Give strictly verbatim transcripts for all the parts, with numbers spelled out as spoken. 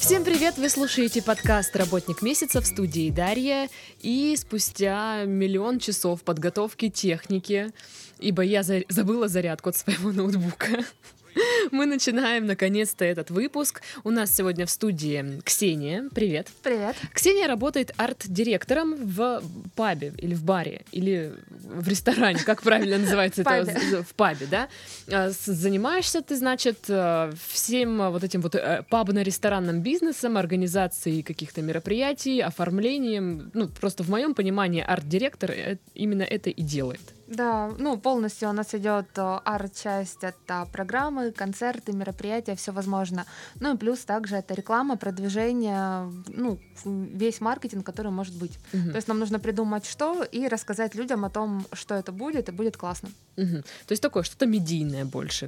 Всем привет! Вы слушаете подкаст «Работник месяца» в студии Дарья. И спустя миллион часов подготовки техники, ибо я за... забыла зарядку от своего ноутбука, мы начинаем наконец-то этот выпуск. У нас сегодня в студии Ксения. Привет. Привет. Ксения работает арт-директором в пабе или в баре, или в ресторане, как правильно называется это? В пабе, да? Занимаешься ты, значит, всем вот этим вот пабно-ресторанным бизнесом, организацией каких-то мероприятий, оформлением. Ну, просто в моем понимании арт-директор именно это и делает. Да, ну полностью у нас идет арт-часть, это программы, концерты, мероприятия, все возможно. Ну и плюс также это реклама, продвижение, ну весь маркетинг, который может быть. Uh-huh. То есть нам нужно придумать что и рассказать людям о том, что это будет, и будет классно. Uh-huh. То есть такое что-то медийное больше.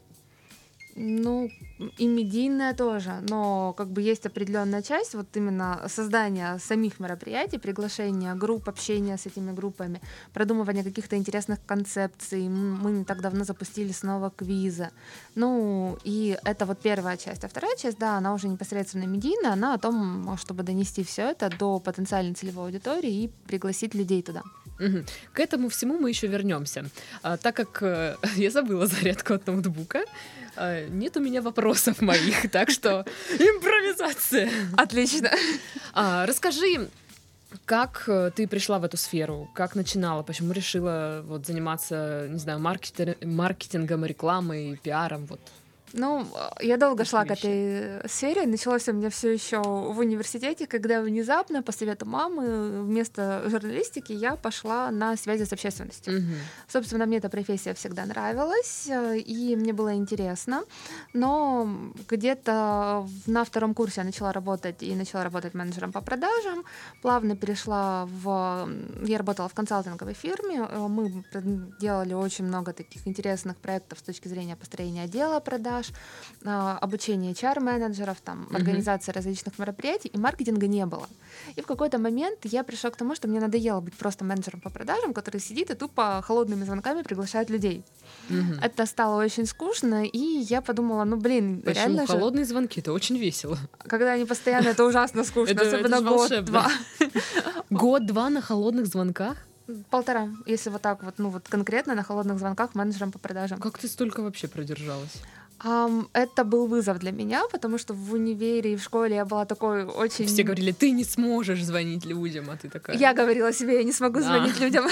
Ну, и медийная тоже, но как бы есть определенная часть, вот именно создания самих мероприятий, приглашения групп, общения с этими группами, продумывания каких-то интересных концепций. Мы не так давно запустили снова квизы. Ну, и это вот первая часть. А вторая часть, да, она уже непосредственно медийная, она о том, чтобы донести все это до потенциальной целевой аудитории и пригласить людей туда. Угу. К этому всему мы еще вернемся. А, так как э, я забыла зарядку от ноутбука, э, нет у меня вопросов моих, так что импровизация. Отлично. А, расскажи, как ты пришла в эту сферу, как начинала, почему решила вот заниматься, не знаю, маркетинг, маркетингом, рекламой, пиаром, вот. Ну, я долго шла вещи. К этой сфере. Началось у меня все еще в университете, когда внезапно, по совету мамы, вместо журналистики я пошла на связи с общественностью. Угу. Собственно, мне эта профессия всегда нравилась, и мне было интересно. Но где-то на втором курсе я начала работать и начала работать менеджером по продажам. Плавно перешла в... Я работала в консалтинговой фирме. Мы делали очень много таких интересных проектов с точки зрения построения отдела продаж, обучение эйч ар-менеджеров, там, uh-huh. организация различных мероприятий, и маркетинга не было. И в какой-то момент я пришла к тому, что мне надоело быть просто менеджером по продажам, который сидит и тупо холодными звонками приглашает людей. Uh-huh. Это стало очень скучно, и я подумала, ну, блин, Почему? Реально же... Холодные звонки, это очень весело. Когда они постоянно, это ужасно скучно, особенно год-два. Год-два на холодных звонках? Полтора, если вот так вот, ну вот конкретно на холодных звонках менеджером по продажам. Как ты столько вообще продержалась? Um, это был вызов для меня, потому что в универе и в школе я была такой очень... Все говорили, ты не сможешь звонить людям, а ты такая... Я говорила себе, я не смогу звонить людям.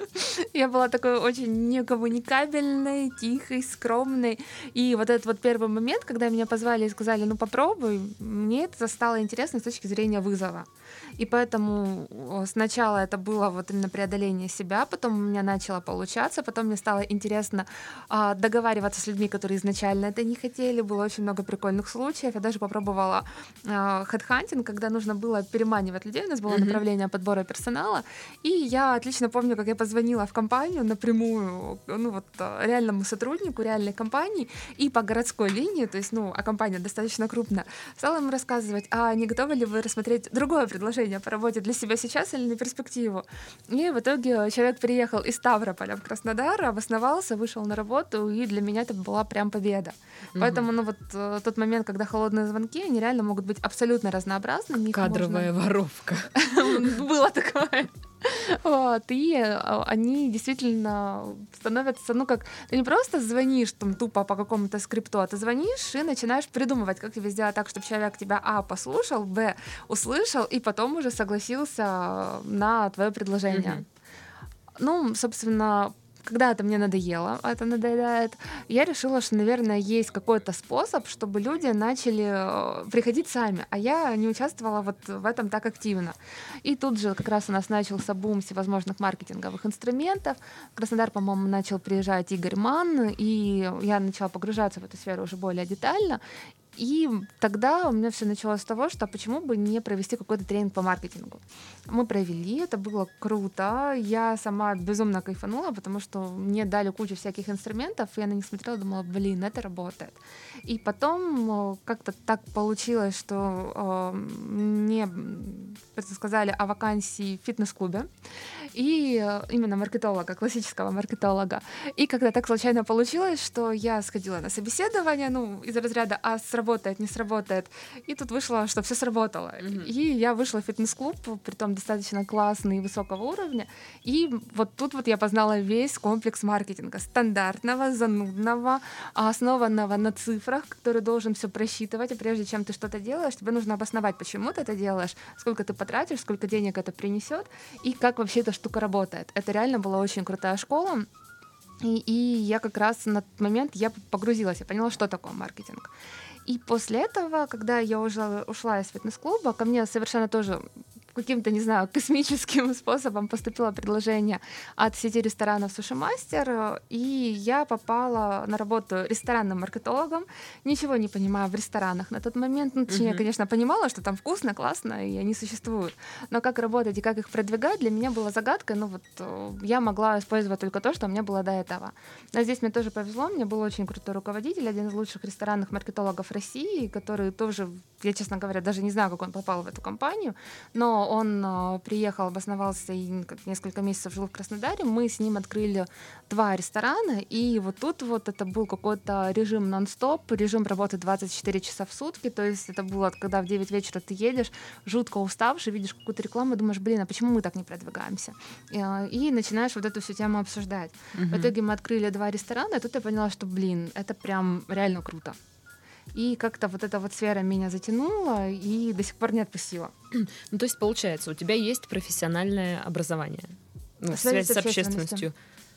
Я была такой очень некоммуникабельной, тихой, скромной. И вот этот вот первый момент, когда меня позвали и сказали, ну попробуй, мне это стало интересно с точки зрения вызова. И поэтому сначала это было вот именно преодоление себя, потом у меня начало получаться, потом мне стало интересно а, договариваться с людьми, которые изначально это не хотели. Было очень много прикольных случаев. Я даже попробовала а, хедхантинг, когда нужно было переманивать людей. У нас было mm-hmm. направление подбора персонала. И я отлично помню, как я позвонила в компанию напрямую, ну вот реальному сотруднику реальной компании и по городской линии, то есть, ну, а компания достаточно крупная, стала ему рассказывать, а не готовы ли вы рассмотреть другое предложение по работе для себя сейчас или на перспективу. И в итоге человек приехал из Ставрополя в Краснодар, обосновался, вышел на работу, и для меня это была прям победа. Mm-hmm. Поэтому, ну вот тот момент, когда холодные звонки, они реально могут быть абсолютно разнообразны. Кадровая можно... воровка. Было такое. Вот, и они действительно становятся, ну как, ты не просто звонишь там тупо по какому-то скрипту, а ты звонишь и начинаешь придумывать, как тебе сделать так, чтобы человек тебя, а, послушал, б, услышал, и потом уже согласился на твое предложение. Mm-hmm. Ну, собственно, когда это мне надоело, а это надоедает, я решила, что, наверное, есть какой-то способ, чтобы люди начали приходить сами, а я не участвовала вот в этом так активно. И тут же как раз у нас начался бум всевозможных маркетинговых инструментов. В Краснодар, по-моему, начал приезжать Игорь Манн, и я начала погружаться в эту сферу уже более детально. И тогда у меня все началось с того, что почему бы не провести какой-то тренинг по маркетингу. Мы провели, это было круто. Я сама безумно кайфанула, потому что мне дали кучу всяких инструментов, и я на них смотрела, думала, блин, это работает. И потом как-то так получилось, что э, мне сказали о вакансии в фитнес-клубе, и именно маркетолога, классического маркетолога. И когда так случайно получилось, что я сходила на собеседование, ну, из разряда, а с сработает, не сработает. И тут вышло, что все сработало. Mm-hmm. И я вышла в фитнес-клуб, притом достаточно классный и высокого уровня. И вот тут вот я познала весь комплекс маркетинга. Стандартного, занудного, основанного на цифрах, который должен все просчитывать. И прежде чем ты что-то делаешь, тебе нужно обосновать, почему ты это делаешь, сколько ты потратишь, сколько денег это принесет и как вообще эта штука работает. Это реально была очень крутая школа. И, и я как раз на тот момент я погрузилась, я поняла, что такое маркетинг. И после этого, когда я уже ушла из фитнес-клуба, ко мне совершенно тоже каким-то, не знаю, космическим способом поступило предложение от сети ресторанов «Суши Мастер», и я попала на работу ресторанным маркетологом, ничего не понимаю в ресторанах на тот момент, ну, точнее, uh-huh. конечно, понимала, что там вкусно, классно, и они существуют, но как работать и как их продвигать, для меня была загадкой, ну вот я могла использовать только то, что у меня было до этого. Но здесь мне тоже повезло, у меня был очень крутой руководитель, один из лучших ресторанных маркетологов России, который тоже, я, честно говоря, даже не знаю, как он попал в эту компанию, но он э, приехал, обосновался и несколько месяцев жил в Краснодаре. Мы с ним открыли два ресторана, и вот тут вот это был какой-то режим нон-стоп, режим работы двадцать четыре часа в сутки, то есть это было, когда в девять вечера ты едешь, жутко уставший, видишь какую-то рекламу, думаешь, блин, а почему мы так не продвигаемся? И, и начинаешь вот эту всю тему обсуждать. Uh-huh. В итоге мы открыли два ресторана, и тут я поняла, что, блин, это прям реально круто. И как-то вот эта вот сфера меня затянула и до сих пор не отпустила. Ну, то есть, получается, у тебя есть профессиональное образование, ну, связь с общественностью.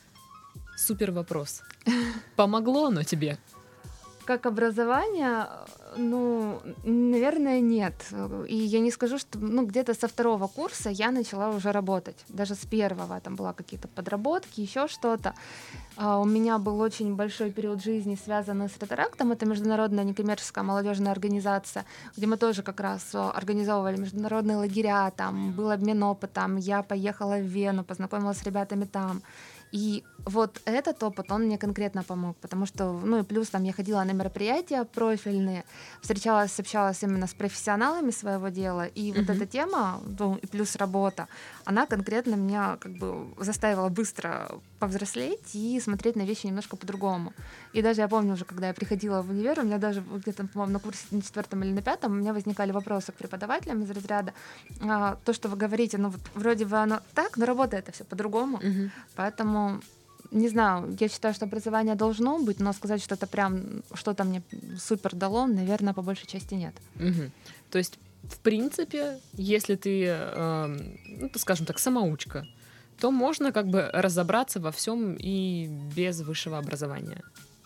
Супер вопрос. Помогло оно тебе? Как образование, ну, наверное, нет. И я не скажу, что ну, где-то со второго курса я начала уже работать. Даже с первого там была какие-то подработки, еще что-то. Uh, у меня был очень большой период жизни, связанный с Ротарактом. Это международная некоммерческая молодежная организация, где мы тоже как раз организовывали международные лагеря, там был обмен опытом. Я поехала в Вену, познакомилась с ребятами там. И вот этот опыт, он мне конкретно помог, потому что, ну и плюс там я ходила на мероприятия профильные, встречалась, общалась именно с профессионалами своего дела, и uh-huh. вот эта тема, ну и плюс работа, она конкретно меня как бы заставила быстро повзрослеть и смотреть на вещи немножко по-другому. И даже я помню уже, когда я приходила в универ, у меня даже где-то, по-моему, на курсе на четвертом или на пятом у меня возникали вопросы к преподавателям из разряда, а, то, что вы говорите, ну вот вроде бы оно так, но работает это все по-другому, uh-huh. поэтому не знаю, я считаю, что образование должно быть, но сказать, что это прям что-то мне супер дало, наверное, по большей части нет. Угу. То есть, в принципе, если ты, э, ну, скажем так, самоучка, то можно как бы разобраться во всем и без высшего образования.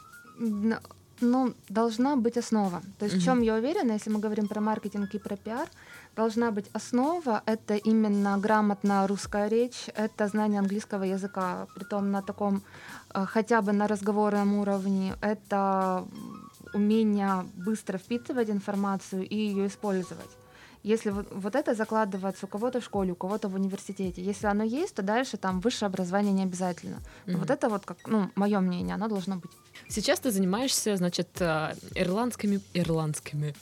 Ну, должна быть основа. То есть, угу. в чем я уверена, если мы говорим про маркетинг и про пиар, должна быть основа, это именно грамотная русская речь, это знание английского языка, притом на таком хотя бы на разговорном уровне, это умение быстро впитывать информацию и ее использовать. Если вот, вот это закладывается у кого-то в школе, у кого-то в университете, если оно есть, то дальше там высшее образование не обязательно. Mm-hmm. Вот это вот, как, ну, мое мнение, оно должно быть. Сейчас ты занимаешься, значит, ирландскими... Ирландскими...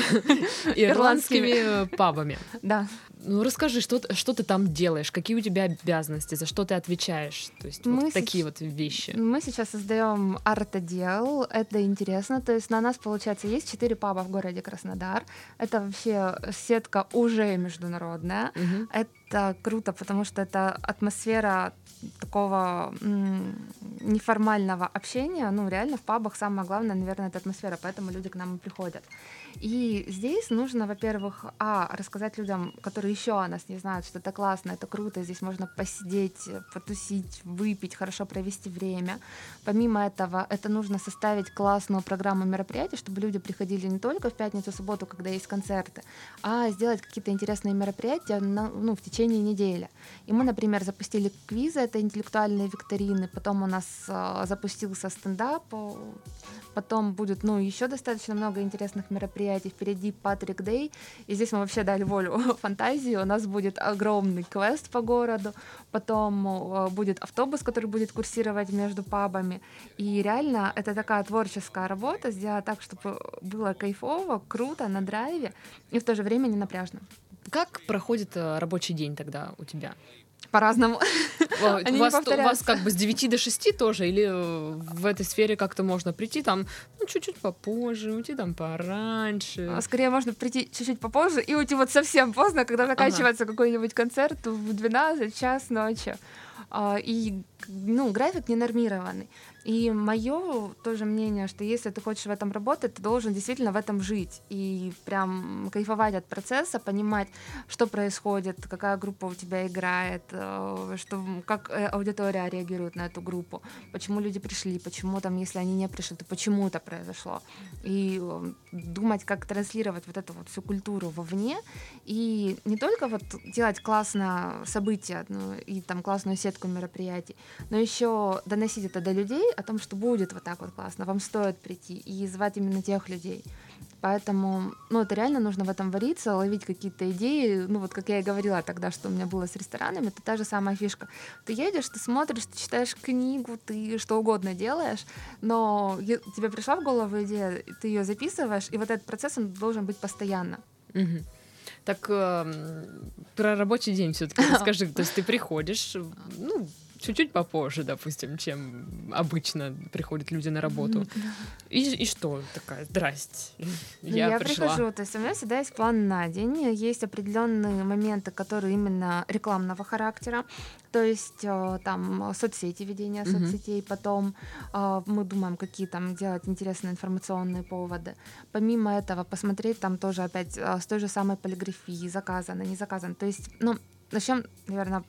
Ирландскими пабами. Да. Ну, расскажи, что, что ты там делаешь, какие у тебя обязанности, за что ты отвечаешь, то есть вот такие вот вещи. Мы сейчас создаем арт-отдел, это интересно, то есть на нас, получается, есть четыре паба в городе Краснодар, это вообще сетка уже международная, угу. Это круто, потому что это атмосфера такого м- неформального общения, ну, реально в пабах самое главное, наверное, это атмосфера, поэтому люди к нам и приходят. И здесь нужно, во-первых, а, рассказать людям, которые еще о нас не знают, что это классно, это круто, здесь можно посидеть, потусить, выпить, хорошо провести время. Помимо этого, это нужно составить классную программу мероприятий, чтобы люди приходили не только в пятницу, субботу, когда есть концерты, а сделать какие-то интересные мероприятия на, ну, в течение недели. И мы, например, запустили квизы, это интеллектуальные викторины, потом у нас э, запустился стендап, потом будет, ну, еще достаточно много интересных мероприятий. Впереди Патрик Дэй, и здесь мы вообще дали волю фантазии. У нас будет огромный квест по городу, потом будет автобус, который будет курсировать между пабами. И реально это такая творческая работа, сделать так, чтобы было кайфово, круто, на драйве и в то же время не напряжно. Как проходит рабочий день тогда у тебя? По-разному. Они у, вас, не у вас как бы с девяти до шести тоже? Или в этой сфере как-то можно прийти там ну, чуть-чуть попозже, уйти там пораньше? Скорее можно прийти чуть-чуть попозже и уйти вот совсем поздно, когда заканчивается ага. какой-нибудь концерт в двенадцать час ночи. И ну, график ненормированный. И мое тоже мнение, что если ты хочешь в этом работать, ты должен действительно в этом жить и прям кайфовать от процесса, понимать, что происходит, какая группа у тебя играет, что, как аудитория реагирует на эту группу, почему люди пришли, почему там, если они не пришли, то почему это произошло. И думать, как транслировать вот эту вот всю культуру вовне, и не только вот делать классное событие ну, и там классную сетку мероприятий, но еще доносить это до людей, о том, что будет вот так вот классно, вам стоит прийти и звать именно тех людей. Поэтому, ну, это реально нужно в этом вариться, ловить какие-то идеи. Ну, вот как я и говорила тогда, что у меня было с ресторанами, это та же самая фишка. Ты едешь, ты смотришь, ты читаешь книгу, ты что угодно делаешь, но тебе пришла в голову идея, ты ее записываешь, и вот этот процесс, он должен быть постоянно. Угу. Так э, про рабочий день все-таки расскажи. То есть ты приходишь, ну, чуть-чуть попозже, допустим, чем обычно приходят люди на работу. И, и что? Такая, здрасте, я, я пришла. прихожу, то есть у меня всегда есть план на день, есть определенные моменты, которые именно рекламного характера, то есть там соцсети, ведение uh-huh. соцсетей, потом мы думаем, какие там делать интересные информационные поводы. Помимо этого, посмотреть там тоже опять с той же самой полиграфии, заказано, не заказано. То есть, ну, начнем, наверное,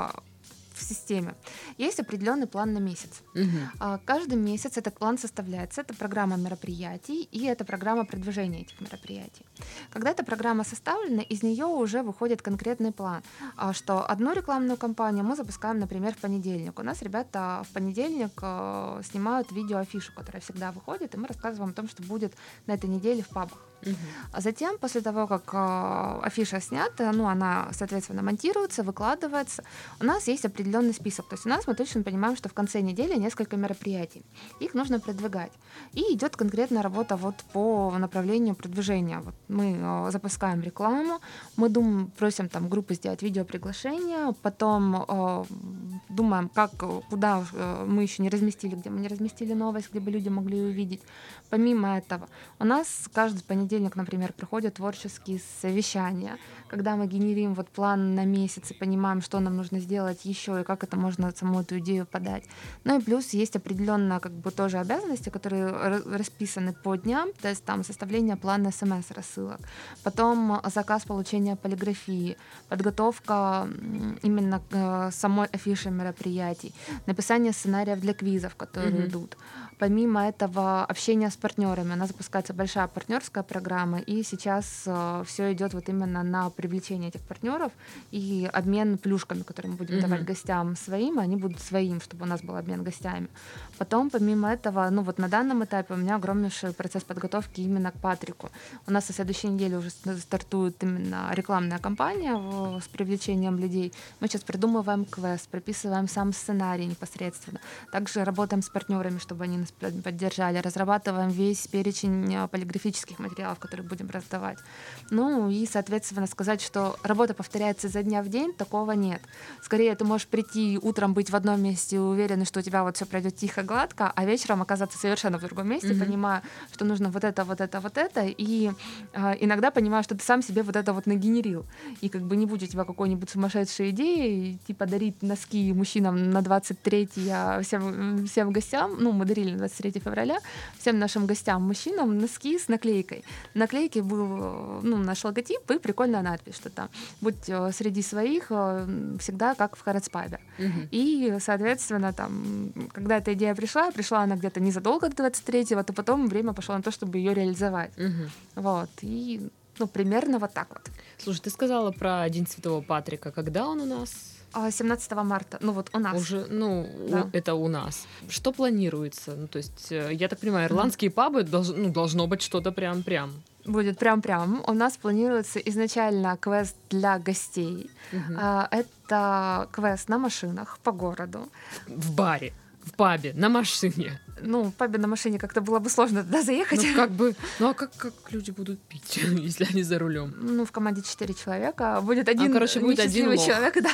в системе. Есть определенный план на месяц. Uh-huh. Каждый месяц этот план составляется. Это программа мероприятий и это программа продвижения этих мероприятий. Когда эта программа составлена, из нее уже выходит конкретный план, что одну рекламную кампанию мы запускаем, например, в понедельник. У нас ребята в понедельник снимают видеоафишу, которая всегда выходит, и мы рассказываем о том, что будет на этой неделе в пабах. Uh-huh. А затем, после того, как э, афиша снята, ну, она, соответственно, монтируется, выкладывается, у нас есть определенный список. То есть у нас мы точно понимаем, что в конце недели несколько мероприятий. Их нужно продвигать. И идет конкретная работа вот по направлению продвижения. Вот мы э, запускаем рекламу, мы думаем, просим там группы сделать видеоприглашение, потом э, думаем, как, куда э, мы еще не разместили, где мы не разместили новость, где бы люди могли увидеть. Помимо этого, у нас каждый понедельник, например, проходят творческие совещания, когда мы генерим вот план на месяц и понимаем, что нам нужно сделать еще и как это можно саму эту идею подать. Ну и плюс есть определенно как бы тоже обязанности, которые расписаны по дням, то есть там составление плана смс-рассылок, потом заказ получения полиграфии, подготовка именно к самой афише мероприятий, написание сценариев для квизов, которые mm-hmm. идут. Помимо этого, общение с партнерами. У нас запускается большая партнерская программа, и сейчас э, все идет вот именно на привлечение этих партнеров и обмен плюшками, которые мы будем mm-hmm. давать гостям своим, они будут своим, чтобы у нас был обмен гостями. Потом, помимо этого, ну вот на данном этапе у меня огромнейший процесс подготовки именно к Патрику. У нас на следующей неделе уже стартует именно рекламная кампания в, с привлечением людей. Мы сейчас придумываем квест, прописываем сам сценарий непосредственно. Также работаем с партнерами, чтобы они нас поддержали, разрабатываем весь перечень полиграфических материалов, которые будем раздавать. Ну и, соответственно, сказать, что работа повторяется изо дня в день, такого нет. Скорее, ты можешь прийти утром, быть в одном месте и уверен, что у тебя вот все пройдет тихо, гладко, а вечером оказаться совершенно в другом месте, mm-hmm. понимая, что нужно вот это, вот это, вот это, и э, иногда понимаю, что ты сам себе вот это вот нагенерил. И как бы не будет у тебя какой-нибудь сумасшедшей идеи, типа дарить носки мужчинам на двадцать третье всем, всем гостям, ну, мы дарили двадцать третьего февраля всем нашим гостям, мужчинам, носки с наклейкой. На наклейке был ну, наш логотип и прикольная надпись, что там «Будь среди своих всегда как в Харацпабе». Uh-huh. И, соответственно, там, когда эта идея пришла, пришла она где-то незадолго до двадцать третьего, то потом время пошло на то, чтобы ее реализовать. Uh-huh. Вот. И, ну, примерно вот так вот. Слушай, ты сказала про День Святого Патрика. Когда он у нас? семнадцатого марта, ну вот у нас. Уже, ну, да. у, это у нас. Что планируется? Ну, то есть, я так понимаю, ирландские mm-hmm. пабы, долж, ну, должно быть что-то прям-прям. Будет прям-прям. У нас планируется изначально квест для гостей. Mm-hmm. Это квест на машинах по городу. В баре, в пабе, на машине. Ну, в пабе на машине как-то было бы сложно туда заехать. Ну, как бы, ну а как, как люди будут пить, если они за рулем? Ну, в команде четыре человека. Будет один а, короче, будет один лох. человек, да.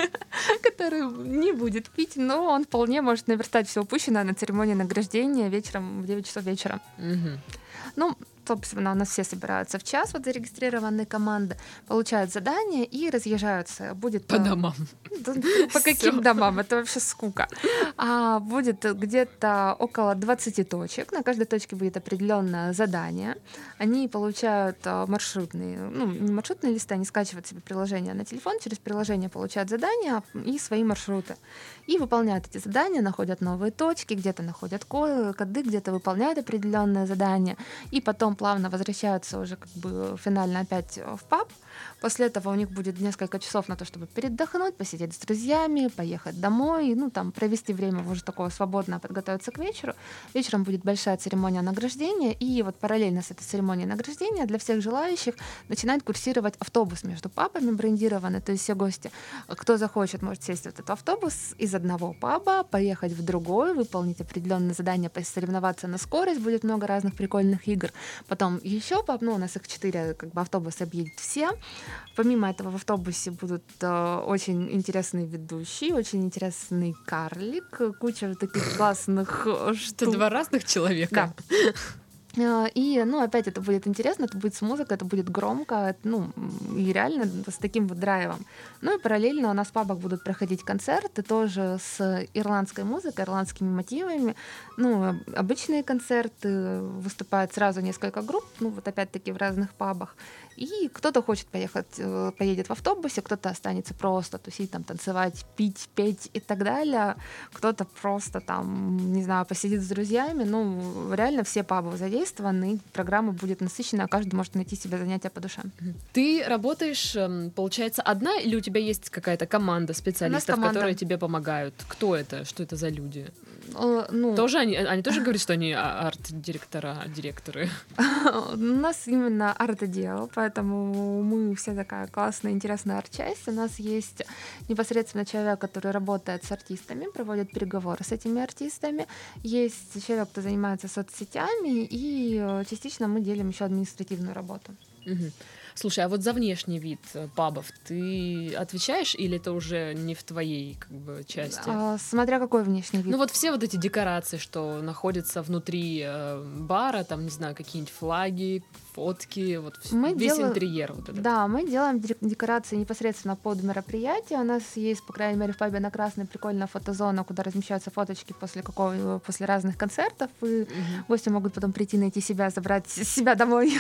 который не будет пить, но он вполне может наверстать все упущенное на церемонии награждения вечером в девять часов вечера. Мгм. Ну, собственно, у нас все собираются в час, вот зарегистрированные команды, получают задание и разъезжаются. Будет По э, домам. да, по каким Всё. домам? Это вообще скука. А, будет где-то около двадцати точек. На каждой точке будет определенное задание. Они получают а, маршрутные, ну, не маршрутные листы, они скачивают себе приложение на телефон, через приложение получают задания и свои маршруты. И выполняют эти задания, находят новые точки, где-то находят ко- коды, где-то выполняют определенные задания, и потом плавно возвращаются уже как бы финально опять в паб. После этого у них будет несколько часов на то, чтобы передохнуть, посидеть с друзьями, поехать домой, ну там провести время уже такого свободно, подготовиться к вечеру. Вечером будет большая церемония награждения, и вот параллельно с этой церемонией награждения для всех желающих начинает курсировать автобус между пабами брендированный, то есть все гости, кто захочет, может сесть в этот автобус из одного паба, поехать в другой, выполнить определенные задания, посоревноваться на скорость, будет много разных прикольных игр. Потом еще паб, ну у нас их четыре, как бы автобус объедет все. Помимо этого в автобусе будут э, очень интересные ведущие, очень интересный карлик, куча таких классных э, Это штук. два разных человека. Да. Э, И, ну, опять это будет интересно, это будет с музыкой, это будет громко, это, ну, и реально с таким вот драйвом. Ну и параллельно у нас в пабах будут проходить концерты тоже с ирландской музыкой, ирландскими мотивами. Ну, обычные концерты, выступают сразу несколько групп, ну, вот опять-таки в разных пабах. И кто-то хочет поехать, э, поедет в автобусе, кто-то останется просто тусить, там, танцевать, пить, петь и так далее. Кто-то просто там, не знаю, посидит с друзьями. Ну, реально все пабы задействованы, и программа будет насыщенная, каждый может найти себе занятия по душе. Ты работаешь, эм, получается, одна или у тебя есть какая-то команда специалистов, команда. которые тебе помогают? Кто это? Что это за люди? Э, Ну, Тоже они, они тоже говорят, что они а- арт-директора, директоры? у нас именно арт-отдел, поэтому мы все такая классная, интересная арт-часть. У нас есть непосредственно человек, который работает с артистами, проводит переговоры с этими артистами. Есть человек, кто занимается соцсетями, и э, частично мы делим еще административную работу. Мгм. Слушай, а вот за внешний вид э, пабов ты отвечаешь или это уже не в твоей как бы части? А, смотря какой внешний вид. Ну вот все вот эти декорации, что находятся внутри э, бара, там, не знаю, какие-нибудь флаги, фотки, вот вс- Мы весь делаем- интерьер вот этот. Да, мы делаем дек- декорации непосредственно под мероприятие. У нас есть, по крайней мере, в пабе на Красной прикольная фотозона, куда размещаются фоточки после, какого, после разных концертов, и Мгм. гости могут потом прийти, найти себя, забрать себя домой.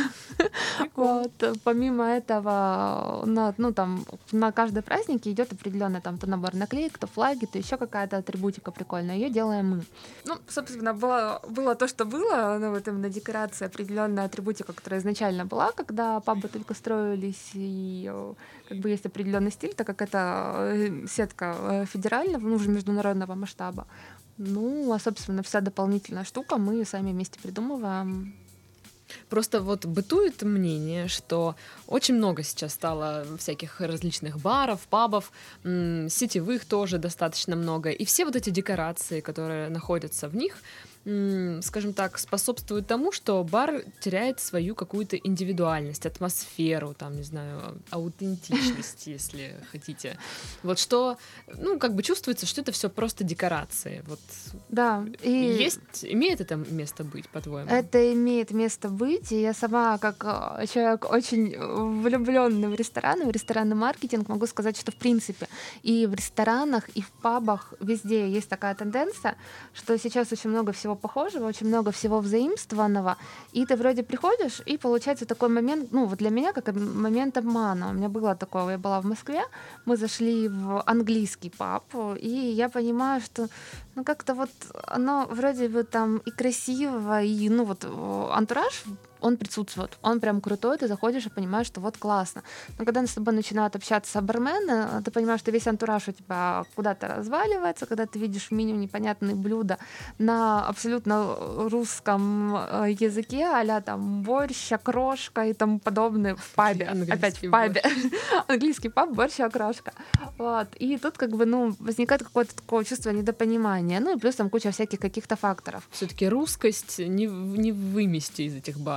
Вот. Помимо этого, на, ну, там, на каждый праздник идет определенный там то набор наклеек, то флаги, то еще какая-то атрибутика прикольная. Ее делаем мы. Ну, собственно, было, было то, что было. Ну, вот именно декорация, определенная атрибутика, которая изначально была, когда пабы только строились, и э, как бы есть определенный стиль, так как это э, сетка э, федерального, ну, уже международного масштаба. Ну, а, собственно, вся дополнительная штука мы сами вместе придумываем. Просто вот бытует мнение, что очень много сейчас стало всяких различных баров, пабов, м, сетевых тоже достаточно много. И все вот эти декорации, которые находятся в них, м, скажем так, способствуют тому, что бар теряет свою какую-то индивидуальность, атмосферу, там, не знаю, аутентичность, если хотите. Вот что, ну, как бы чувствуется, что это все просто декорации. Вот Да, и есть, имеет это место быть, по-твоему? это имеет место быть, и я сама, как э, человек очень влюбленный в рестораны, в ресторанный маркетинг, могу сказать, что в принципе и в ресторанах, и в пабах везде есть такая тенденция, что сейчас очень много всего похожего, очень много всего взаимствованного, и ты вроде приходишь, и получается такой момент, ну вот для меня как момент обмана. У меня было такое, я была в Москве, мы зашли в английский паб, и я понимаю, что ну как-то вот оно вроде бы там и красиво, и ну вот э, антураж, он присутствует, он прям крутой, ты заходишь и понимаешь, что вот классно. Но когда с тобой начинают общаться бармены, ты понимаешь, что весь антураж у тебя куда-то разваливается, когда ты видишь в меню непонятные блюда на абсолютно русском э, языке, а-ля там борщ, окрошка и тому подобное в пабе. Английский Опять в пабе. Английский паб, борщ, окрошка. Вот. И тут как бы, ну, возникает какое-то такое чувство недопонимания. Ну и плюс там куча всяких каких-то факторов. Все-таки русскость не, в- не вымести из этих баров.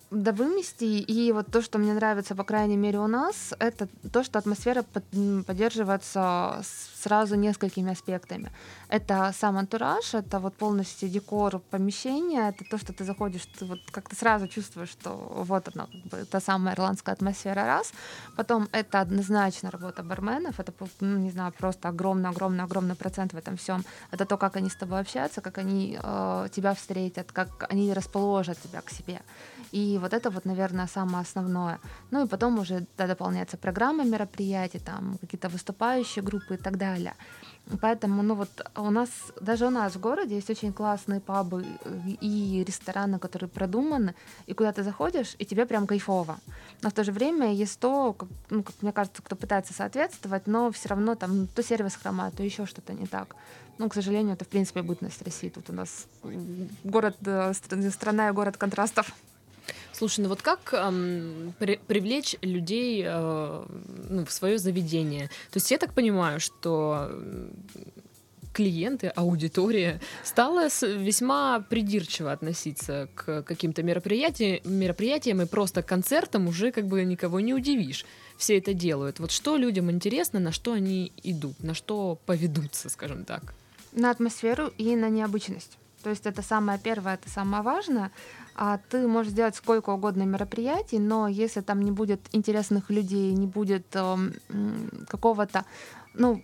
Да, вымести. И вот то, что мне нравится, по крайней мере, у нас, это то, что атмосфера поддерживается сразу несколькими аспектами. Это сам антураж, это вот полностью декор помещения, это то, что ты заходишь, ты вот как-то сразу чувствуешь, что вот она, как бы, та самая ирландская атмосфера, раз. Потом это однозначно работа барменов, это, ну, не знаю, просто огромный-огромный-огромный процент в этом всем. Это то, как они с тобой общаются, как они э, тебя встретят, как они расположат тебя к себе. И вот это вот, наверное, самое основное. Ну и потом уже да, дополняется программа мероприятий, там какие-то выступающие группы и так далее. Поэтому, ну вот у нас, даже у нас в городе есть очень классные пабы и рестораны, которые продуманы, и куда ты заходишь, и тебе прям кайфово. Но в то же время есть то, как, ну, как мне кажется, кто пытается соответствовать, но все равно там то сервис хромает, то еще что-то не так. Ну, к сожалению, это, в принципе, бытность России. Тут у нас город, страна и город контрастов. Слушай, ну вот как эм, при, привлечь людей э, ну, в свое заведение? То есть я так понимаю, что клиенты, аудитория стала весьма придирчиво относиться к каким-то мероприятиям, мероприятиям и просто концертам уже как бы никого не удивишь. Все это делают. Вот что людям интересно, на что они идут, на что поведутся, скажем так? На атмосферу и на необычность. То есть это самое первое, это самое важное. А ты можешь сделать сколько угодно мероприятий, но если там не будет интересных людей, не будет э, какого-то, ну,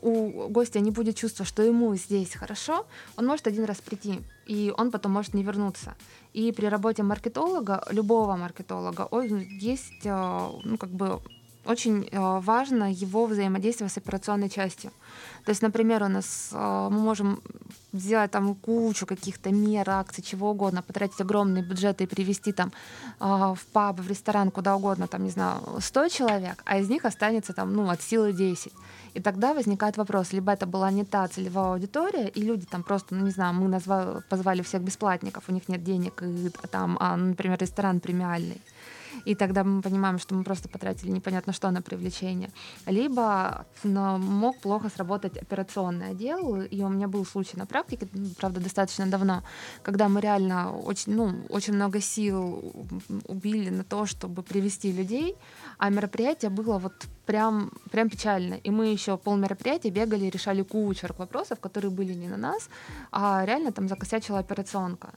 у гостя не будет чувства, что ему здесь хорошо, он может один раз прийти, и он потом может не вернуться. И при работе маркетолога, любого маркетолога, есть, э, ну, как бы, очень важно его взаимодействие с операционной частью. То есть, например, у нас мы можем сделать там кучу каких-то мер, акций, чего угодно, потратить огромные бюджеты и привести там в паб, в ресторан, куда угодно, там, не знаю, сто человек, а из них останется там, ну, от силы десять. И тогда возникает вопрос, либо это была не та целевая аудитория, и люди там просто, ну, не знаю, мы назвали, позвали всех бесплатников, у них нет денег, и там, а, например, ресторан премиальный. И тогда мы понимаем, что мы просто потратили непонятно что на привлечение. Либо мог плохо сработать операционный отдел, и у меня был случай на практике, правда, достаточно давно, когда мы реально очень, ну, очень много сил убили на то, чтобы привести людей, а мероприятие было вот прям, прям печально. И мы еще полмероприятия бегали и решали кучу вопросов, которые были не на нас, а реально там закосячила операционка.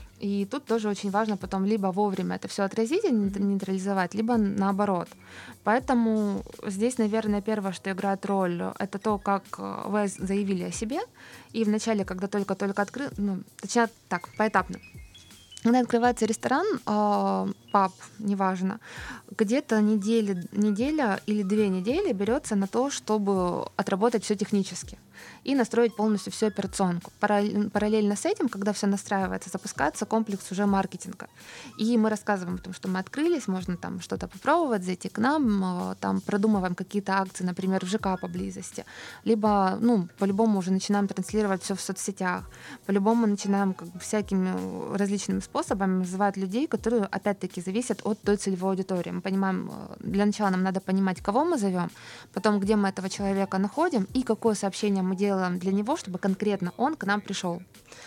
И тут тоже очень важно потом либо вовремя это все отразить и нейтрализовать, либо наоборот. Поэтому здесь, наверное, первое, что играет роль, это то, как вы заявили о себе. И вначале, когда только-только открыл, ну, точнее так, поэтапно. Когда открывается ресторан, э, паб, неважно, где-то неделя, неделя или две недели берется на то, чтобы отработать все технически и настроить полностью всю операционку. Параллельно с этим, когда все настраивается, запускается комплекс уже маркетинга. И мы рассказываем о том, что мы открылись, можно там что-то попробовать, зайти к нам, там продумываем какие-то акции, например, в ЖК поблизости. Либо, ну, по-любому уже начинаем транслировать все в соцсетях. По-любому начинаем как бы всякими различными способами называть людей, которые, опять-таки, зависят от той целевой аудитории. Мы понимаем, для начала нам надо понимать, кого мы зовем, потом, где мы этого человека находим и какое сообщение мы делаем для него, чтобы конкретно он к нам пришел.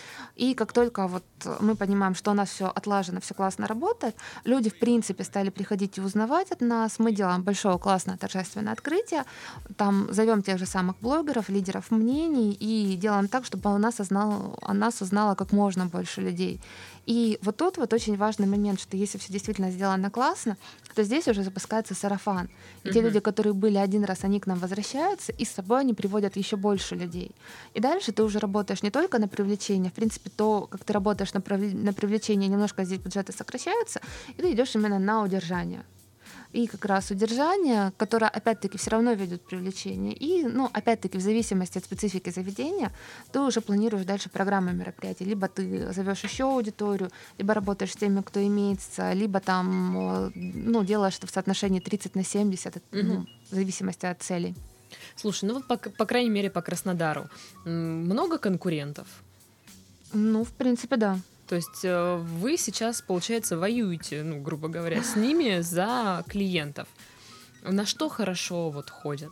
И как только вот мы понимаем, что у нас все отлажено, все классно работает, люди, в принципе, стали приходить и узнавать от нас. Мы делаем большое классное торжественное открытие, там зовем тех же самых блогеров, лидеров мнений и делаем так, чтобы о нас узнало, о нас узнало как можно больше людей. И вот тут вот очень важный момент, что если все действительно сделано классно, то здесь уже запускается сарафан. И mm-hmm. те люди, которые были один раз, они к нам возвращаются, и с собой они приводят еще больше людей. И дальше ты уже работаешь не только на привлечение, в принципе, то, как ты работаешь на, прив... на привлечение, немножко здесь бюджеты сокращаются, и ты идешь именно на удержание. И как раз удержание, которое, опять-таки, все равно ведет к привлечению. И, ну, опять-таки, в зависимости от специфики заведения, ты уже планируешь дальше программы мероприятий. Либо ты зовешь еще аудиторию, либо работаешь с теми, кто имеется, либо там, ну, делаешь это в соотношении тридцать на семьдесят, mm-hmm. ну, в зависимости от целей. Слушай, ну вот, по, по крайней мере, по Краснодару много конкурентов? Ну, в принципе, да. То есть вы сейчас, получается, воюете, ну, грубо говоря, с ними за клиентов. На что хорошо вот ходят?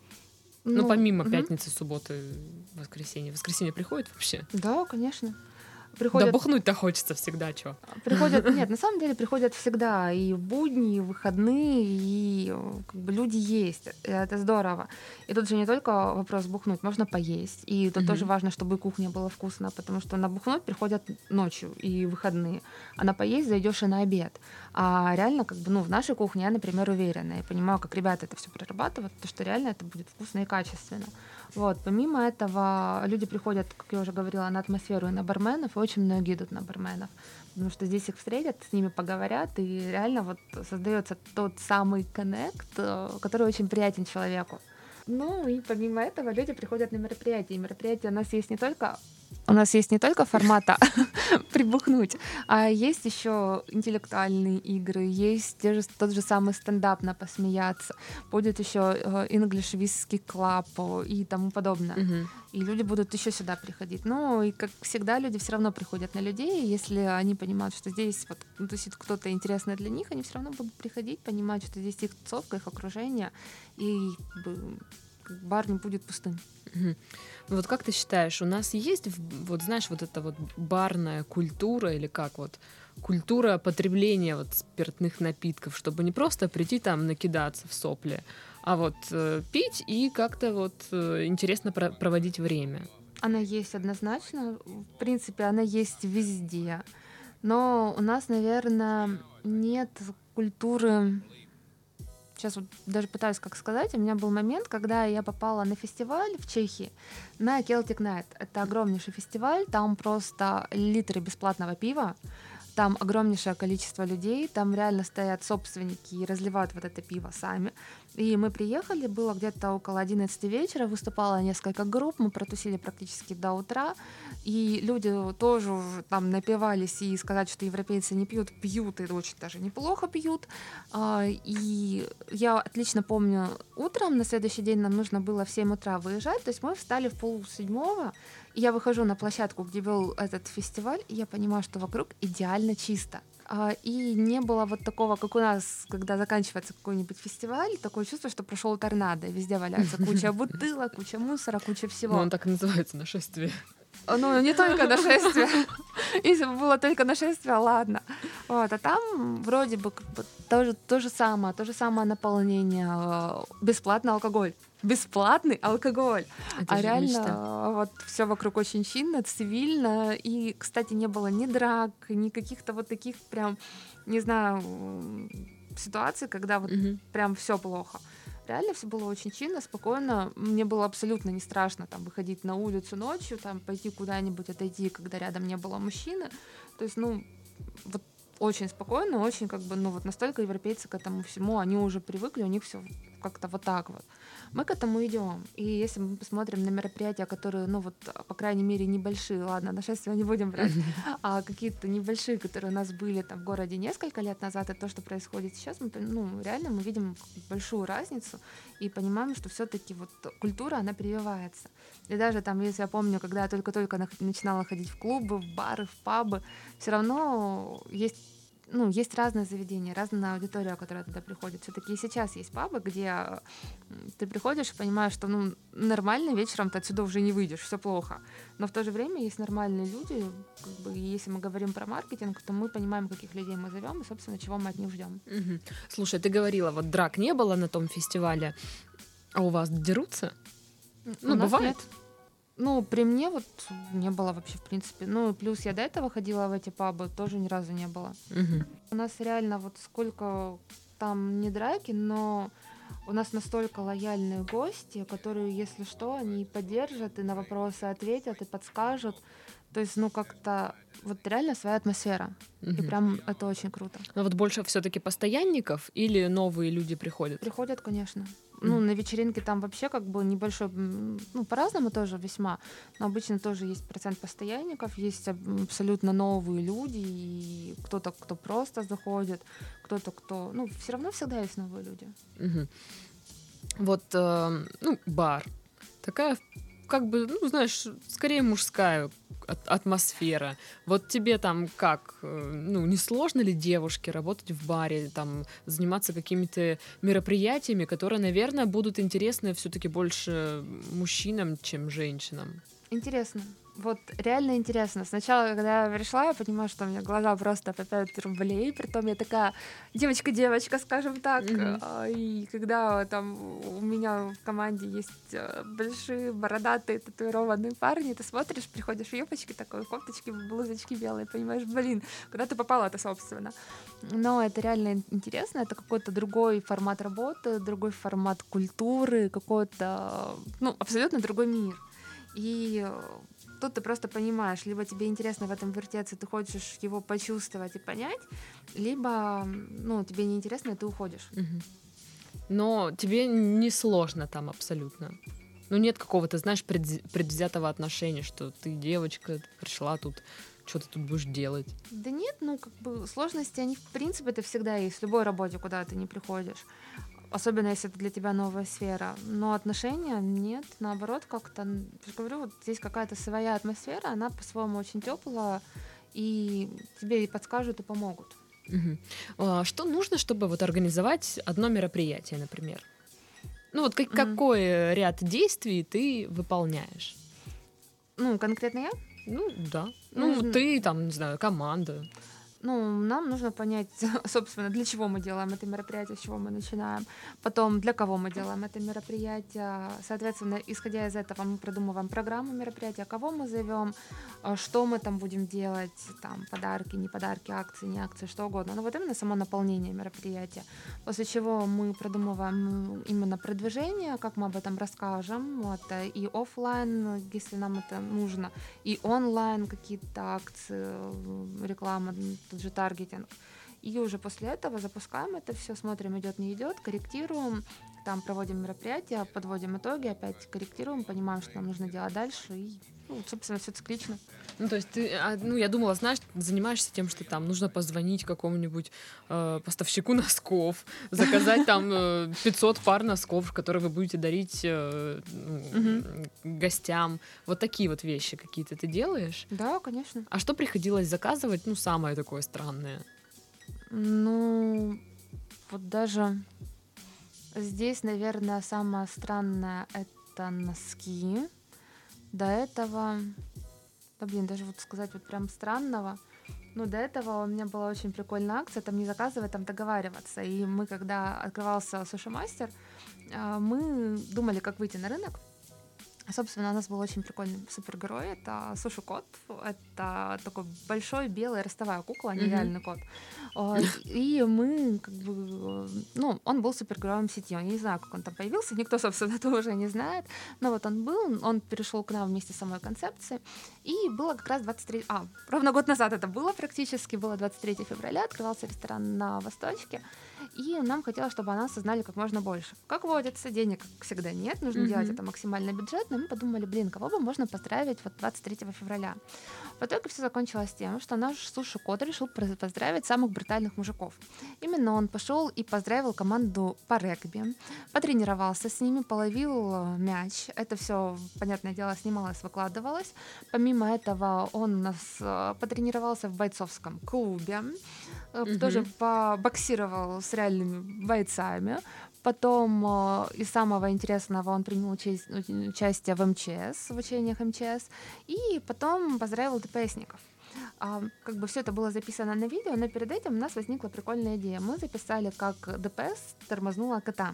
Ну, ну помимо угу. пятницы, субботы, воскресенья. Воскресенье приходит вообще? Да, конечно. приходят... Да бухнуть-то хочется всегда, чё? Приходят, нет, на самом деле приходят всегда, и в будни, и в выходные, и как бы люди есть, и это здорово. И тут же не только вопрос бухнуть, можно поесть, и тут Мгм. тоже важно, чтобы и кухня была вкусная, потому что на бухнуть приходят ночью и в выходные, а на поесть зайдешь и на обед. А реально, как бы, ну, в нашей кухне я, например, уверена, я понимаю, как ребята это все прорабатывают, то, что реально это будет вкусно и качественно. Вот. Помимо этого, люди приходят, как я уже говорила, на атмосферу и на барменов, и очень многие идут на барменов, потому что здесь их встретят, с ними поговорят, и реально вот создается тот самый коннект, э, который очень приятен человеку. Ну и помимо этого люди приходят на мероприятия. И мероприятия у нас есть не только у нас есть не только формата прибухнуть, а есть еще интеллектуальные игры, есть те же, тот же самый стендап на посмеяться, будет еще English Whiskey Club и тому подобное. Мгм. И люди будут еще сюда приходить. Ну и как всегда, люди все равно приходят на людей, если они понимают, что здесь вот ну, тусит кто-то интересный для них, они все равно будут приходить, понимать, что здесь их тусовка, их окружение, и как бы, бар не будет пустым. Мгм. Ну вот как ты считаешь, у нас есть, в- вот знаешь, вот эта вот барная культура или как вот культура потребления вот спиртных напитков, чтобы не просто прийти там накидаться в сопли, а вот э, пить и как-то вот э, интересно про- проводить время? Она есть однозначно, в принципе, она есть везде, но у нас, наверное, нет культуры. Сейчас вот даже пытаюсь как сказать. У меня был момент, когда я попала на фестиваль в Чехии на Celtic Night. Это огромнейший фестиваль, там просто литры бесплатного пива, там огромнейшее количество людей, там реально стоят собственники и разливают вот это пиво сами. И мы приехали, было где-то около одиннадцати вечера, выступало несколько групп, мы протусили практически до утра, и люди тоже уже там напивались, и сказать, что европейцы не пьют, пьют, и очень даже неплохо пьют. А, И я отлично помню, утром на следующий день нам нужно было в семь утра выезжать, то есть мы встали в полседьмого, и я выхожу на площадку, где был этот фестиваль, и я понимаю, что вокруг идеально чисто. А, И не было вот такого, как у нас, когда заканчивается какой-нибудь фестиваль, такое чувство, что прошел торнадо, и везде валяется куча бутылок, куча мусора, куча Ну, всего. он так и называется, нашествие. Ну, не только нашествие. Если бы было только нашествие, ладно. Вот, а там вроде бы, как бы то, же, то же самое, то же самое наполнение, э, бесплатный алкоголь. Бесплатный алкоголь. Это А же реально мечта. э, вот все вокруг очень чинно, цивильно. И, кстати, не было ни драк, ни каких-то вот таких прям, не знаю, м, ситуаций, когда вот Мгм. прям все плохо. Реально все было очень чинно, спокойно. Мне было абсолютно не страшно там выходить на улицу ночью, там пойти куда-нибудь отойти, когда рядом не было мужчины. То есть, ну, вот очень спокойно, очень как бы, ну вот настолько европейцы к этому всему, они уже привыкли, у них все как-то вот так вот. Мы к этому идем. И если мы посмотрим на мероприятия, которые, ну вот, по крайней мере, небольшие, ладно, нашествия не будем брать, а какие-то небольшие, которые у нас были там в городе несколько лет назад, и то, что происходит сейчас, мы, ну, реально мы видим большую разницу и понимаем, что все-таки вот культура, она прививается. И даже там, если я помню, когда я только-только нах- начинала ходить в клубы, в бары, в пабы, все равно есть, ну, есть разные заведения, разная аудитория, которая туда приходит. Все-таки и сейчас есть пабы, где м, ты приходишь и понимаешь, что ну, нормально вечером ты отсюда уже не выйдешь, все плохо. Но в то же время есть нормальные люди, как бы, и если мы говорим про маркетинг, то мы понимаем, каких людей мы зовем и, собственно, чего мы от них ждем. Мгм. Слушай, ты говорила, вот драк не было на том фестивале, а у вас дерутся? Ну, У нас бывает. нет. Ну, при мне вот не было вообще, в принципе. Ну, и плюс я до этого ходила в эти пабы, тоже ни разу не было. Мгм. У нас реально вот сколько там не драки, но у нас настолько лояльные гости, которые, если что, они поддержат и на вопросы ответят, и подскажут. То есть, ну, как-то вот реально своя атмосфера. И Мгм. прям это очень круто. Но вот больше все-таки постоянников или новые люди приходят? Приходят, конечно. Ну, Мгм. на вечеринке там вообще как бы небольшой, м, ну, по-разному тоже весьма, но обычно тоже есть процент постоянников, есть аб- абсолютно новые люди, и кто-то, кто просто заходит, кто-то, кто... Ну, все равно всегда есть новые люди. Мгм. Вот, э, ну, бар. Такая, как бы, ну, знаешь, скорее мужская от- атмосфера. Вот тебе там как, э, ну, не сложно ли девушке работать в баре, там, заниматься какими-то мероприятиями, которые, наверное, будут интересны все-таки больше мужчинам, чем женщинам? Интересно. Вот реально интересно. Сначала, когда я пришла, я понимаю, что у меня глаза просто по пять рублей, притом я такая девочка-девочка, скажем так. Мгм. И когда там у меня в команде есть э, большие бородатые татуированные парни, ты смотришь, приходишь в юбочке такой, в кофточке, в блузочке белой, понимаешь, блин, куда ты попала-то, собственно. Но это реально интересно, это какой-то другой формат работы, другой формат культуры, какой-то, ну, абсолютно другой мир. И э, тут ты просто понимаешь, либо тебе интересно в этом вертеться, ты хочешь его почувствовать и понять, либо, ну, тебе неинтересно, и ты уходишь. Мгм. Но тебе не сложно там абсолютно. Ну, нет какого-то, знаешь, предвз- предвзятого отношения, что ты девочка, пришла тут, что ты тут будешь делать. Да нет, ну, как бы сложности, они, в принципе, это всегда есть в любой работе, куда ты не приходишь. Особенно, если это для тебя новая сфера. Но отношения нет, наоборот, как-то, н- я же говорю, вот здесь какая-то своя атмосфера, она по-своему очень теплая, и тебе и подскажут, и помогут. Мгм. А, Что нужно, чтобы вот организовать одно мероприятие, например? Ну, вот как- М, какой ряд действий ты выполняешь? Ну, конкретно я? Ну, да. Ну, Нужно, ты там, не знаю, команда. ну, нам нужно понять, собственно, для чего мы делаем это мероприятие, с чего мы начинаем, потом, для кого мы делаем это мероприятие. Соответственно, исходя из этого, мы продумываем программу мероприятия, кого мы зовем, э, что мы там будем делать, там, подарки, не подарки, акции, не акции, что угодно. Но вот именно само наполнение мероприятия. После чего мы продумываем именно продвижение, как мы об этом расскажем, вот, э, и оффлайн, если нам это нужно, и онлайн какие-то акции, м, реклама, м, тот же таргетинг. И уже после этого запускаем это все, смотрим, идет, не идет, корректируем, там проводим мероприятия, подводим итоги, опять корректируем, понимаем, что нам нужно делать дальше, и, ну, собственно, все циклично. Ну, то есть ты, а, ну, я думала, знаешь, занимаешься тем, что там нужно позвонить какому-нибудь э, поставщику носков, заказать там э, пятьсот пар носков, которые вы будете дарить э, Мгм. ну, гостям. Вот такие вот вещи какие-то ты делаешь. Да, конечно. А что приходилось заказывать, ну, самое такое странное? Ну, вот даже здесь, наверное, самое странное — это носки. До этого, да блин, даже вот сказать вот прям странного, ну, до этого у меня была очень прикольная акция, там не заказывать, там договариваться. И мы, когда открывался суши-мастер, а, мы думали, как выйти на рынок. Собственно, у нас был очень прикольный супергерой. Это Суши-кот. Это такой большой белый ростовая кукла, нереальный кот. А, И мы, как бы, ну, он был супергероем сети. Я не знаю, как он там появился. Никто, собственно, этого уже не знает. Но вот он был, он перешел к нам вместе с самой концепцией. И было как раз двадцать три... А, ровно год назад это было практически. Было двадцать третьего февраля. Открывался ресторан на Восточке. И нам хотелось, чтобы о нас узнали как можно больше. Как водится, денег, как всегда, нет. Нужно Мгм. делать это максимально бюджетно. И мы подумали, блин, кого бы можно поздравить вот двадцать третьего февраля. В итоге все закончилось тем, что наш суши-кот решил про- поздравить самых брутальных мужиков. Именно он пошел и поздравил команду по регби, потренировался с ними, половил э, мяч. Это все, понятное дело, снималось, выкладывалось. Помимо этого он у нас э, потренировался в бойцовском клубе, э, Мгм. тоже побоксировал с реальными бойцами. Потом э, из самого интересного он принял уча- участие в МЧС, в учениях МЧС, и потом поздравил ДПСников. А, как бы все это было записано на видео, но перед этим у нас возникла прикольная идея. Мы записали, как ДПС тормознула кота.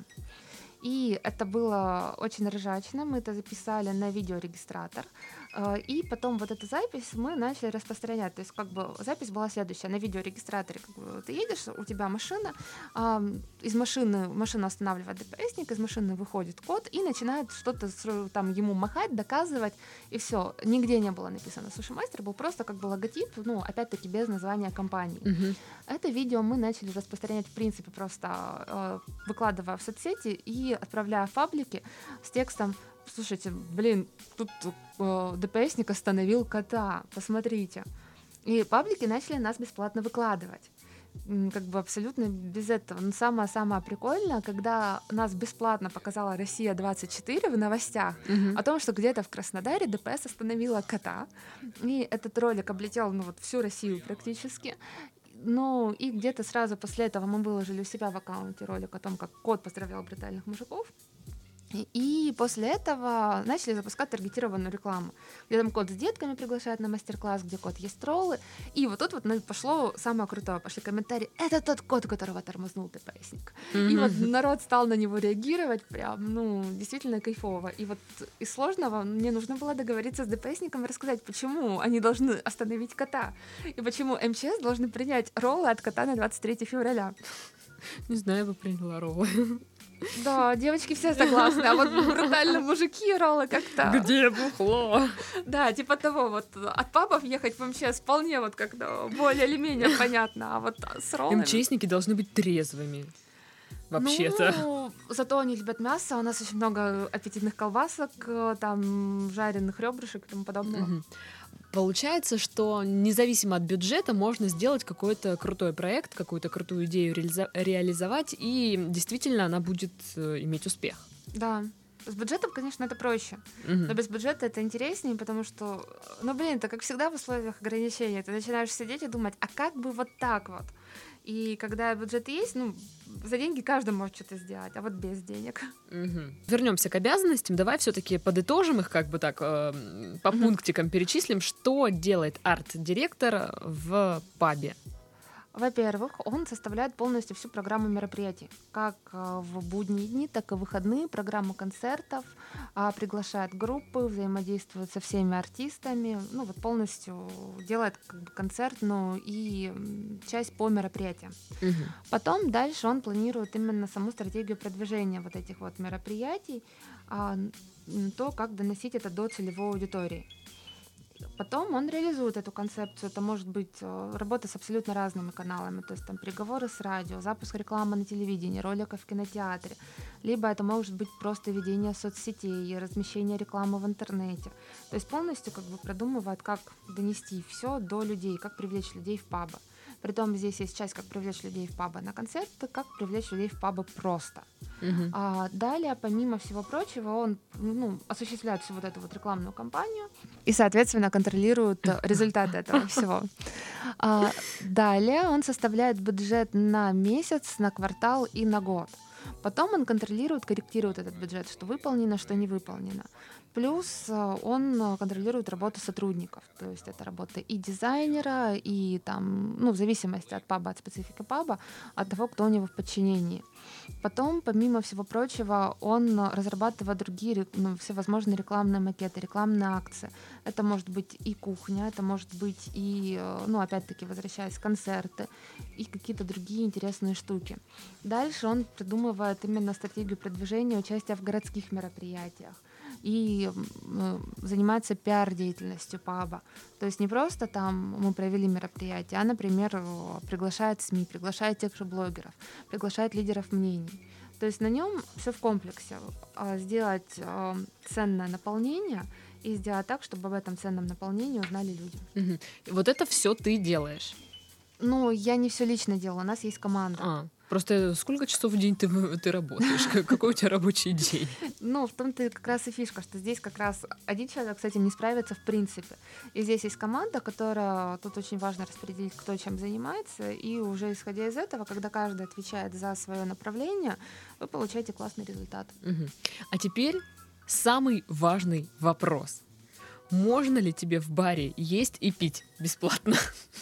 И это было очень ржачно. Мы это записали на видеорегистратор. Э, И потом вот эту запись мы начали распространять. То есть как бы запись была следующая. На видеорегистраторе как бы, ты едешь, у тебя машина, ам, из машины машина останавливает ДПСник, из машины выходит кот и начинает что-то с- там ему махать, доказывать, и все. Нигде не было написано «Суши-мастер», был просто как бы логотип, ну, опять-таки без названия компании. Мгм. Это видео мы начали распространять, в принципе, просто э, выкладывая в соцсети и отправляя в паблики с текстом: слушайте, блин, тут э, ДПСник остановил кота, посмотрите. И паблики начали нас бесплатно выкладывать. М, Как бы абсолютно без этого. Но самое-самое прикольное, когда нас бесплатно показала Россия двадцать четыре в новостях Мгм. о том, что где-то в Краснодаре ДПС остановила кота. И этот ролик облетел, ну, вот всю Россию практически. Ну, и где-то сразу после этого мы выложили у себя в аккаунте ролик о том, как кот поздравлял брутальных мужиков. И после этого начали запускать таргетированную рекламу, где там кот с детками приглашает на мастер-класс, где кот ест роллы. И вот тут вот пошло самое крутое, пошли комментарии: это тот кот, которого тормознул ДПСник. Mm-hmm. И вот народ стал на него реагировать прям, ну, действительно кайфово. И вот из сложного мне нужно было договориться с ДПСником и рассказать, почему они должны остановить кота, и почему МЧС должны принять роллы от кота на двадцать третьего февраля. Не знаю, я бы приняла роллы. Да, девочки все согласны, а вот брутально мужики роллы как-то... Где бухло? Да, типа того, вот от пабов ехать в МЧС вполне вот как-то более или менее понятно, а вот с роллами... МЧСники должны быть трезвыми, вообще-то. Ну, зато они любят мясо, у нас очень много аппетитных колбасок, там жареных ребрышек и тому подобного. Угу. Получается, что независимо от бюджета можно сделать какой-то крутой проект, какую-то крутую идею реализо- реализовать, и действительно она будет э, иметь успех. Да. С бюджетом, конечно, это проще, uh-huh. но без бюджета это интереснее, потому что, ну, блин, это как всегда в условиях ограничения. Ты начинаешь сидеть и думать, а как бы вот так вот? И когда бюджет есть, ну, за деньги каждый может что-то сделать, а вот без денег. Угу. Вернемся к обязанностям. Давай все-таки подытожим их, как бы так, э, по угу. пунктикам перечислим, что делает арт-директор в пабе. Во-первых, он составляет полностью всю программу мероприятий, как в будние дни, так и в выходные, программу концертов, приглашает группы, взаимодействует со всеми артистами, ну вот полностью делает как бы концертную и часть по мероприятиям. Угу. Потом дальше он планирует именно саму стратегию продвижения вот этих вот мероприятий, то, как доносить это до целевой аудитории. Потом он реализует эту концепцию. Это может быть работа с абсолютно разными каналами, то есть там переговоры с радио, запуск рекламы на телевидении, роликов в кинотеатре, либо это может быть просто ведение соцсетей, размещение рекламы в интернете. То есть полностью как бы продумывает, как донести все до людей, как привлечь людей в пабы. Притом здесь есть часть, как привлечь людей в пабы на концерты, как привлечь людей в пабы просто. Uh-huh. А далее, помимо всего прочего, он ну, осуществляет всю вот эту вот рекламную кампанию и, соответственно, контролирует результаты этого всего. А далее он составляет бюджет на месяц, на квартал и на год. Потом он контролирует, корректирует этот бюджет, что выполнено, что не выполнено. Плюс он контролирует работу сотрудников, то есть это работа и дизайнера, и там, ну, в зависимости от паба, от специфики паба, от того, кто у него в подчинении. Потом, помимо всего прочего, он разрабатывает другие, ну, всевозможные рекламные макеты, рекламные акции. Это может быть и кухня, это может быть и, ну, опять-таки, возвращаясь, концерты и какие-то другие интересные штуки. Дальше он придумывает именно стратегию продвижения участия в городских мероприятиях и э, занимается пиар-деятельностью паба. То есть не просто там мы провели мероприятие, а, например, приглашает СМИ, приглашает тех же блогеров, приглашает лидеров мнений. То есть на нем все в комплексе. Сделать э, ценное наполнение и сделать так, чтобы об этом ценном наполнении узнали люди. Угу. Вот это все ты делаешь? Ну, я не все лично делаю, у нас есть команда. А. Просто сколько часов в день ты, ты работаешь? Какой у тебя рабочий день? Ну, в том-то как раз и фишка, что здесь как раз один человек с этим не справится в принципе. И здесь есть команда, которая... Тут очень важно распределить, кто чем занимается, и уже исходя из этого, когда каждый отвечает за свое направление, вы получаете классный результат. Угу. А теперь самый важный вопрос. Можно ли тебе в баре есть и пить бесплатно?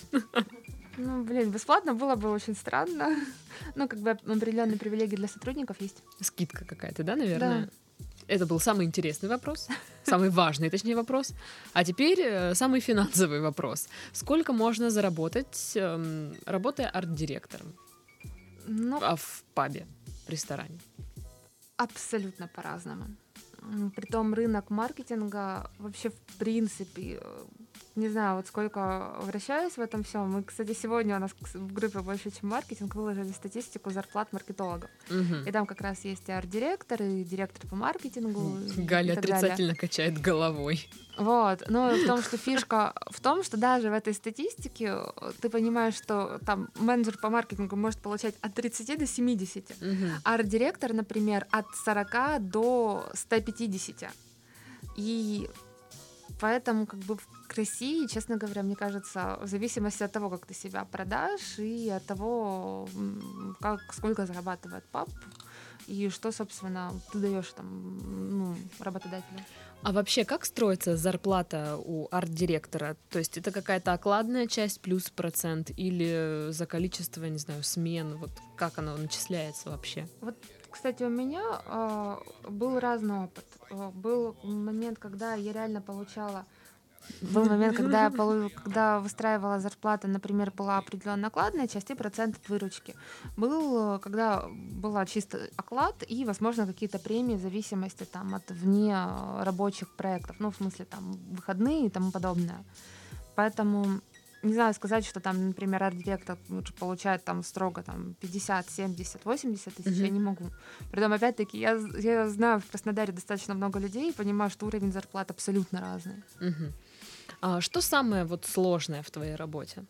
Ну, блин, бесплатно было бы очень странно. Ну, как бы определенные привилегии для сотрудников есть. Скидка какая-то, да, наверное? Да. Это был самый интересный вопрос, самый важный, точнее, вопрос. А теперь э, самый финансовый вопрос. Сколько можно заработать, э, работая арт-директором ну, а в пабе, в ресторане? Абсолютно по-разному. Притом рынок маркетинга вообще в принципе... Не знаю, вот сколько вращаюсь в этом всем. Мы, кстати, сегодня у нас в группе «Больше, чем маркетинг» выложили статистику зарплат маркетологов. Угу. И там как раз есть и арт-директор, и директор по маркетингу. Галя отрицательно качает головой. Вот. Но в том, что фишка в том, что даже в этой статистике ты понимаешь, что там менеджер по маркетингу может получать от тридцати до семидесяти, угу. а арт-директор, например, от сорока до ста пятидесяти. И Поэтому как бы в России, честно говоря, мне кажется, в зависимости от того, как ты себя продашь и от того, как, сколько зарабатывает паб, и что, собственно, ты даешь там, ну, работодателю. А вообще, как строится зарплата у арт-директора? То есть это какая-то окладная часть плюс процент или за количество, не знаю, смен? Вот как оно начисляется вообще? Вот, кстати, у меня э, был разный опыт. Был момент, когда я реально получала... Был момент, когда я полу... когда выстраивала зарплату, например, была определенная окладная часть и процент от выручки. Был, когда была чисто оклад и, возможно, какие-то премии в зависимости там, от вне рабочих проектов, ну, в смысле, там, выходные и тому подобное. Поэтому не знаю сказать, что там, например, арт-директор получает там строго там, пятьдесят, семьдесят, восемьдесят тысяч, mm-hmm. я не могу. Притом, опять-таки, я, я знаю в Краснодаре достаточно много людей и понимаю, что уровень зарплат абсолютно разный. Mm-hmm. А что самое вот сложное в твоей работе?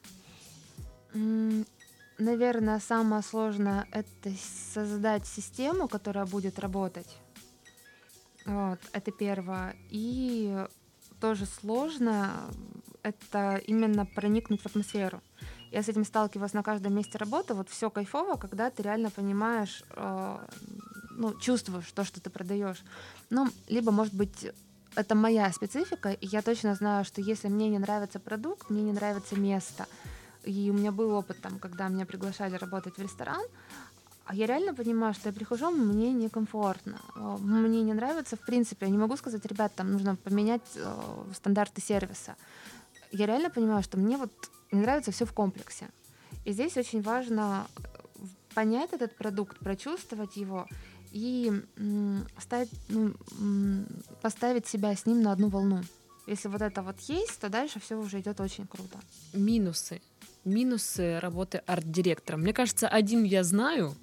Mm, наверное, самое сложное — это создать систему, которая будет работать. Вот, это первое. И тоже сложно — это именно проникнуть в атмосферу. Я с этим сталкивалась на каждом месте работы. Вот все кайфово, когда ты реально понимаешь, э, ну, чувствуешь то, что ты продаешь. Ну, либо, может быть, это моя специфика, и я точно знаю, что если мне не нравится продукт, мне не нравится место. И у меня был опыт, там, когда меня приглашали работать в ресторан, а я реально понимаю, что я прихожу, мне некомфортно. Мне не нравится, в принципе, я не могу сказать, ребят, там нужно поменять э, стандарты сервиса. Я реально понимаю, что мне вот не нравится все в комплексе. И здесь очень важно понять этот продукт, прочувствовать его и м, стать, ну, м, поставить себя с ним на одну волну. Если вот это вот есть, то дальше все уже идет очень круто. Минусы. Минусы работы арт-директором. Мне кажется, один я знаю.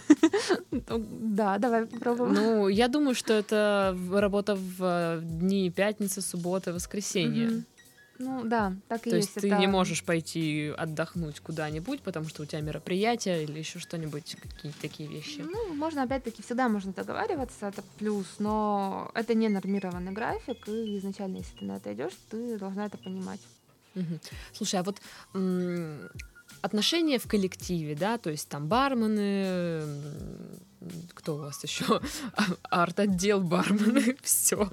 Да, давай попробуем. Ну, я думаю, что это работа в дни пятницы, субботы, воскресенье. Ну да, так и То есть. есть ты не можешь пойти отдохнуть куда-нибудь, потому что у тебя мероприятие или еще что-нибудь, какие-то такие вещи. Ну, можно, опять-таки, всегда можно договариваться, это плюс, но это не нормированный график, и изначально, если ты на это идешь, ты должна это понимать. Угу. Слушай, а вот м- отношения в коллективе, да, то есть там бармены, кто у вас еще? Арт-отдел, бармены, все.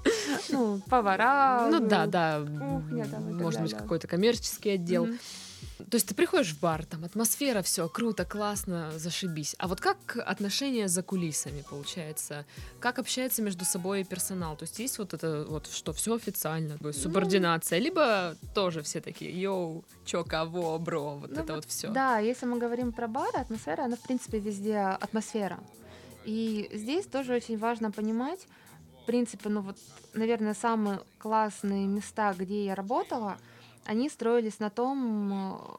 Ну, повара. Ну да, да. Кухня, там, может быть, далее. какой-то коммерческий отдел. Mm-hmm. То есть ты приходишь в бар, там атмосфера, все круто, классно, зашибись. А вот как отношения за кулисами получается? Как общается между собой персонал? То есть есть вот это вот, что все официально, субординация, mm-hmm. либо тоже все такие, йоу, чё, кого, бро, вот ну, это вот все. Да, если мы говорим про бар, атмосфера, она в принципе везде атмосфера. И здесь тоже очень важно понимать, в принципе, ну вот, наверное, самые классные места, где я работала, они строились на том,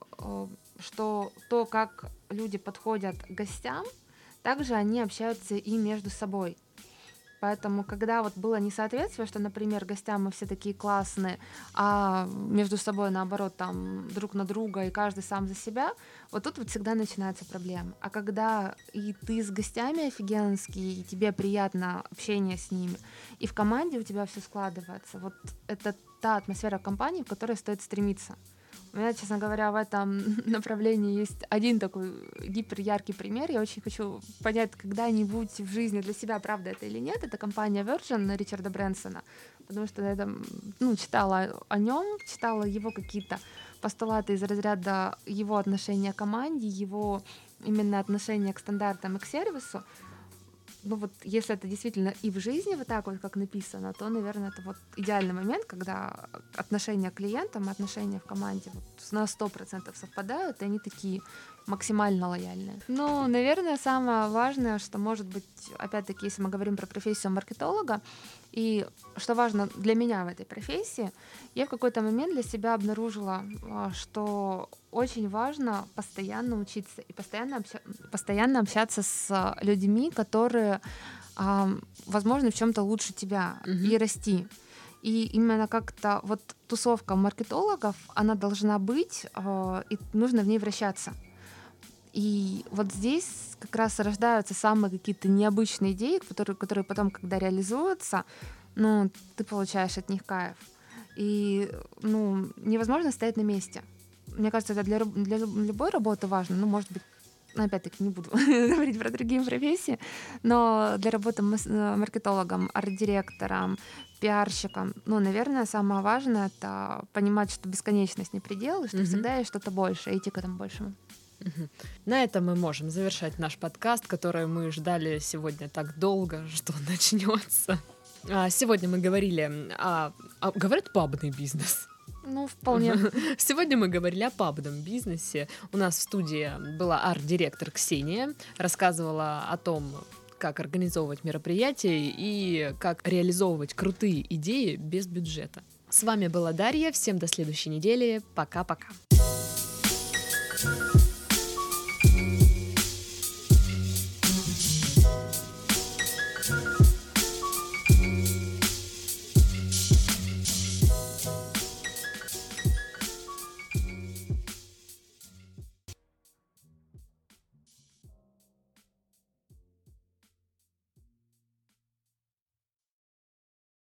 что то, как люди подходят к гостям, также они общаются и между собой. Поэтому, когда вот было несоответствие, что, например, гостям мы все такие классные, а между собой, наоборот, там, друг на друга, и каждый сам за себя, вот тут вот всегда начинаются проблемы. А когда и ты с гостями офигенский, и тебе приятно общение с ними, и в команде у тебя все складывается, вот это та атмосфера компании, в которой стоит стремиться. У меня, честно говоря, в этом направлении есть один такой гиперяркий пример. Я очень хочу понять когда-нибудь в жизни для себя, правда это или нет. Это компания Virgin Ричарда Брэнсона, потому что я там, ну, читала о нем, читала его какие-то постулаты из разряда его отношения к команде, его именно отношения к стандартам и к сервису. Ну вот, если это действительно и в жизни вот так вот, как написано, то, наверное, это вот идеальный момент, когда отношения к клиентам и отношения в команде вот на сто процентов совпадают, и они такие максимально лояльные. Ну, наверное, самое важное, что может быть, опять-таки, если мы говорим про профессию маркетолога, и что важно для меня в этой профессии, я в какой-то момент для себя обнаружила, что очень важно постоянно учиться и постоянно, обща- постоянно общаться с людьми, которые, возможно, в чем-то лучше тебя, mm-hmm. и расти. И именно как-то вот тусовка маркетологов, она должна быть, и нужно в ней вращаться. И вот здесь как раз рождаются самые какие-то необычные идеи, которые, которые потом, когда реализуются, ну, ты получаешь от них кайф. И, ну, невозможно стоять на месте. Мне кажется, это для, для любой работы важно. Ну, может быть, ну, опять-таки не буду говорить про другие профессии, но для работы маркетологом, арт-директором, пиарщиком, ну, наверное, самое важное — это понимать, что бесконечность не предел, и что mm-hmm. всегда есть что-то большее, и идти к этому большему. Mm-hmm. На этом мы можем завершать наш подкаст, который мы ждали сегодня так долго, что он начнется. Сегодня мы говорили о... о... Говорят, пабный бизнес. Ну, вполне. Сегодня мы говорили о пабном бизнесе. У нас в студии была арт-директор Ксения, рассказывала о том, как организовывать мероприятия и как реализовывать крутые идеи без бюджета. С вами была Дарья. Всем до следующей недели. Пока-пока.